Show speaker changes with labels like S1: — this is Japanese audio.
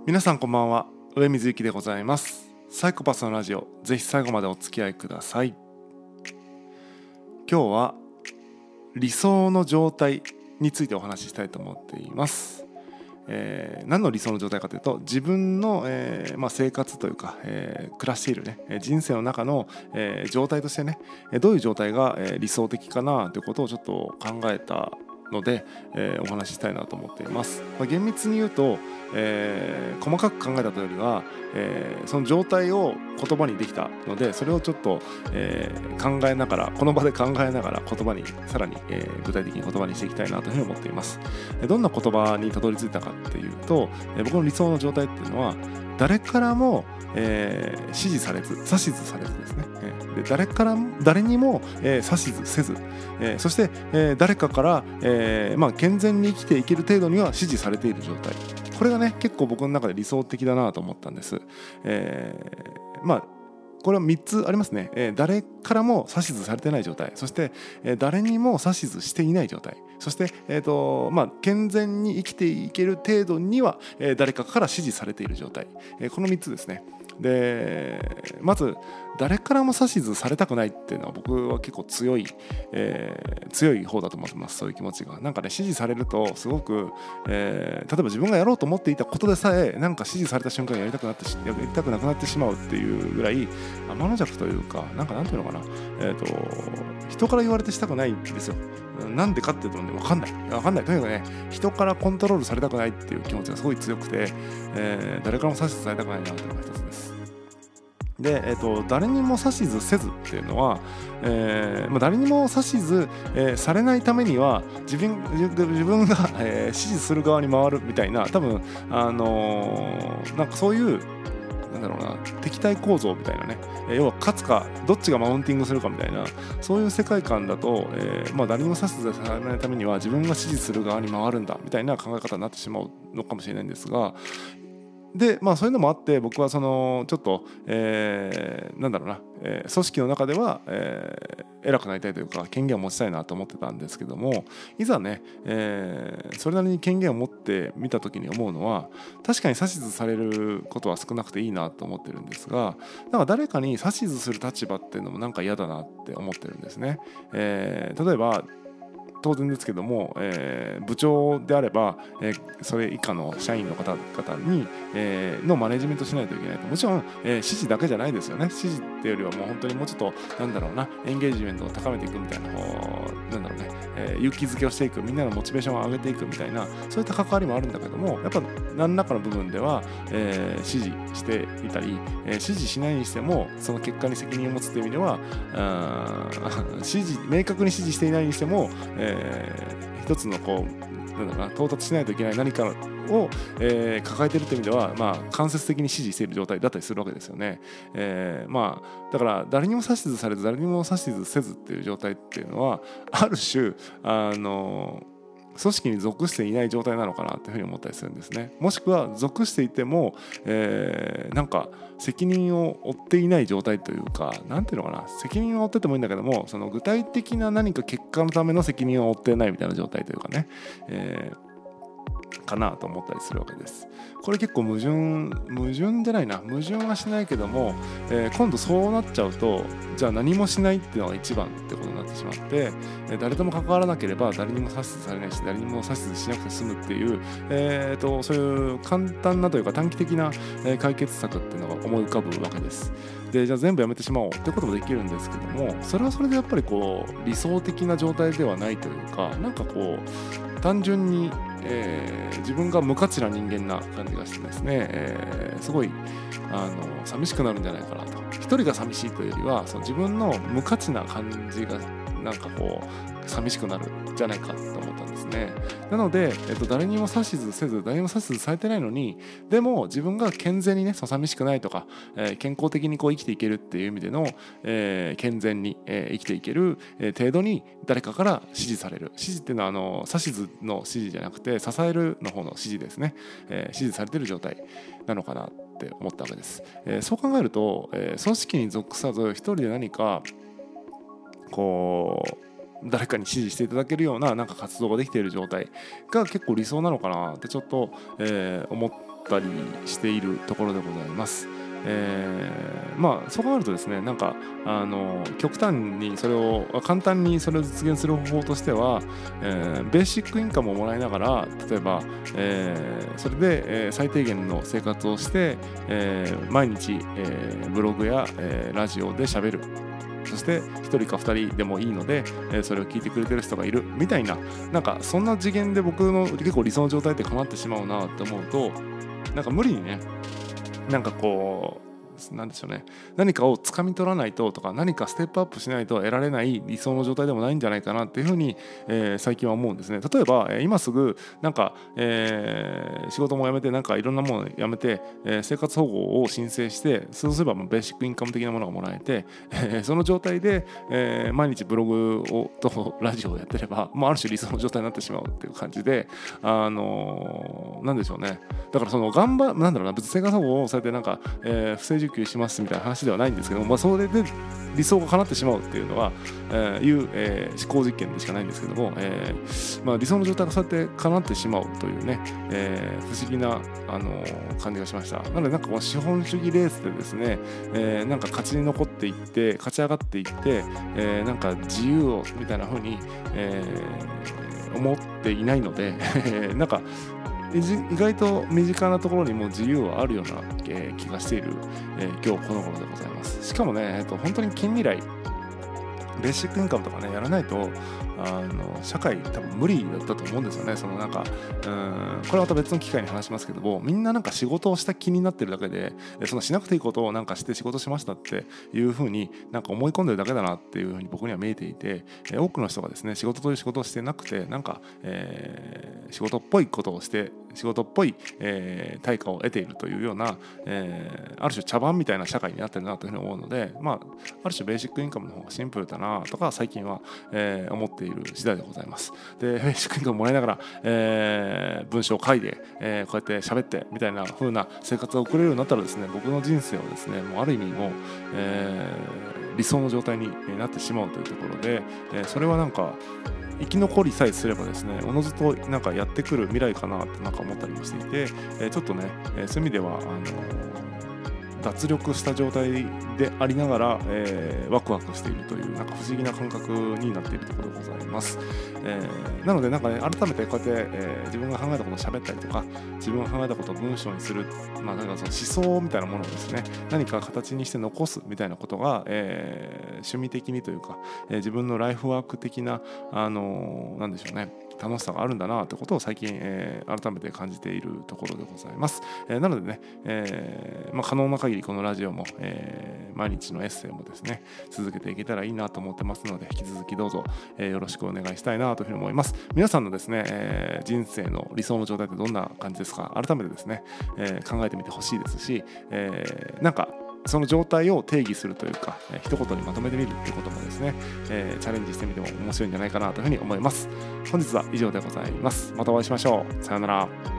S1: 皆さんこんばんは、上水幸でございます。サイコパスのラジオ、ぜひ最後までお付き合いください。今日は理想の状態についてお話ししたいと思っています。何の理想の状態かというと、自分の、生活というか、暮らしている、人生の中の、状態としてね、どういう状態が、理想的かなということをちょっと考えたので、お話ししたいなと思っています。厳密に言うと、細かく考えたというよりは、その状態を言葉にできたので、それをちょっと、考えながら、この場で考えながら言葉にさらに、具体的に言葉にしていきたいなというふうに思っています。どんな言葉にたどり着いたかっていうと、僕の理想の状態っていうのは誰からも、指示されず、指図されずですね、で誰にも、指図せず、そして、誰かから、健全に生きていける程度には指示されている状態、これがね結構僕の中で理想的だなと思ったんです。これは3つありますね。誰からも指図されてない状態、そして、誰にも指図していない状態、そして、健全に生きていける程度には、誰かから指示されている状態、この3つですね。でまず誰からも指図されたくないっていうのは僕は結構強い方だと思ってます。そういう気持ちがなんかね、指示されるとすごく、例えば自分がやろうと思っていたことでさえなんか指示された瞬間にやりたくなくなってしまうっていうぐらい天の弱というか、なんていうのかな、人から言われてしたくないんですよ。なんでかっていうとね、分かんないとにかくね、人からコントロールされたくないっていう気持ちがすごい強くて、誰からも指図されたくないなというのが一つです。で、誰にも指図せずっていうのは、誰にも指図、されないためには自分が、指示する側に回るみたいな、多分なんかそういう敵対構造みたいなね、要は勝つかどっちがマウンティングするかみたいな、そういう世界観だと、誰にも指図されないためには自分が指示する側に回るんだみたいな考え方になってしまうのかもしれないんですが、でそういうのもあって僕はそのちょっと、組織の中では、偉くなりたいというか権限を持ちたいなと思ってたんですけども、いざね、それなりに権限を持ってみた時に思うのは、確かに指図されることは少なくていいなと思ってるんですが、なんか誰かに指図する立場っていうのもなんか嫌だなって思ってるんですね。例えば当然ですけども、部長であれば、それ以下の社員の方々に、のマネジメントしないといけないと。もちろん、指示だけじゃないですよね。指示っていうよりはもう本当にもうちょっとエンゲージメントを高めていくみたいな、勇気づけをしていく、みんなのモチベーションを上げていくみたいな、そういった関わりもあるんだけども、やっぱ何らかの部分では、指示していたり、指示しないにしてもその結果に責任を持つという意味では、明確に指示していないにしても、一つの到達しないといけない何かを、抱えているという意味では、間接的に指示している状態だったりするわけですよね。だから誰にも指図されず誰にも指図せずっていう状態っていうのは、ある種組織に属していない状態なのかなというふうに思ったりするんですね。もしくは属していても、なんか責任を負っていない状態というか、責任を負っててもいいんだけども、その具体的な何か結果のための責任を負っていないみたいな状態というかね、かなと思ったりするわけです。これ結構矛盾はしないけども、今度そうなっちゃうと、じゃあ何もしないっていうのが一番ってことになってしまって、誰とも関わらなければ誰にも指図されないし誰にも指図しなくて済むっていう、そういう簡単なというか短期的な解決策っていうのが思い浮かぶわけです。でじゃあ全部やめてしまおうってこともできるんですけども、それはそれでやっぱり理想的な状態ではないというか、単純に自分が無価値な人間な感じがしてですね、すごい寂しくなるんじゃないかなと。一人が寂しいというよりは、その自分の無価値な感じが寂しくなるんじゃないかと思ったんですね。なので、誰にも指図せず誰にも指図されてないのに、でも自分が健全にね、寂しくないとか、健康的に生きていけるっていう意味での、健全に、生きていける、程度に誰かから指示される。指示っていうのは指図の指示じゃなくて支えるの方の指示ですね。指示されている状態なのかなって思ったわけです。そう考えると、組織に属さず一人で何か誰かに指示していただけるようななんか活動ができている状態が結構理想なのかなってちょっと、思ったりしているところでございます。そう考えるとですね、なんか極端にそれを簡単にそれを実現する方法としては、ベーシックインカムをもらいながら、例えば、それで、最低限の生活をして、毎日、ブログや、ラジオで喋る。そして1人か2人でもいいので、それを聞いてくれてる人がいるみたいな、なんかそんな次元で僕の結構理想の状態って叶ってしまうなって思うと、なんか無理にね、なんかこうなんでしょうね、何かを掴み取らないととか、何かステップアップしないと得られない理想の状態でもないんじゃないかなっていうふうに、最近は思うんですね。例えば、今すぐなんか、仕事も辞めて、なんかいろんなものを辞めて、生活保護を申請して、そうすればベーシックインカム的なものがもらえて、その状態で、毎日ブログとラジオをやってれば、ある種理想の状態になってしまうっていう感じで、なんでしょうね、だからそのなんだろうな、別に生活保護をされてなんか、不正受給しますみたいな話ではないんですけども、それで理想が叶ってしまうっていうのは、思考実験でしかないんですけども、理想の状態がそうやって叶ってしまうというね、不思議な感じがしました。なのでなんかこの資本主義レースでですね、なんか勝ちに残っていって勝ち上がっていって、なんか自由をみたいな風に、思っていないのでなんか意外と身近なところにも自由はあるような、気がしている、今日この頃でございます。しかもね、本当に近未来ベーシックインカムとかねやらないと社会多分無理だったと思うんですよね。そのなんかこれはまた別の機会に話しますけども、みんななんか仕事をした気になってるだけで、そのしなくていいことをなんかして仕事しましたっていう風になんか思い込んでるだけだなっていう風に僕には見えていて、多くの人がですね仕事という仕事をしてなくて、なんか、仕事っぽいことをして仕事っぽい、対価を得ているというような、ある種茶番みたいな社会になってるなというふうに思うので、ある種ベーシックインカムの方がシンプルだなとか最近は、思っている次第でございます。でベーシックインカムもらいながら、文章を書いて、こうやって喋ってみたいな風な生活を送れるようになったらですね、僕の人生はですねもうある意味もう、理想の状態になってしまうというところで、それはなんか生き残りさえすればですね、おのずとなんかやってくる未来かなってなんか思ったりもしていて、ちょっとね、そういう意味では脱力した状態でありながら、ワクワクしているというなんか不思議な感覚になっているところでございます。なのでなんかね、改めてこうやって、自分が考えたことを喋ったりとか、自分が考えたことを文章にする、なんかその思想みたいなものをですね、何か形にして残すみたいなことが、趣味的にというか、自分のライフワーク的ななんでしょうね、楽しさがあるんだなということを最近、改めて感じているところでございます。なのでね、可能な限りこのラジオも、毎日のエッセイもですね続けていけたらいいなと思ってますので、引き続きどうぞ、よろしくお願いしたいなというふうに思います。皆さんのですね、人生の理想の状態ってどんな感じですか？改めてですね、考えてみてほしいですし、なんかその状態を定義するというか、一言にまとめてみるということもですね、チャレンジしてみても面白いんじゃないかなというふうに思います。本日は以上でございます。またお会いしましょう。さようなら。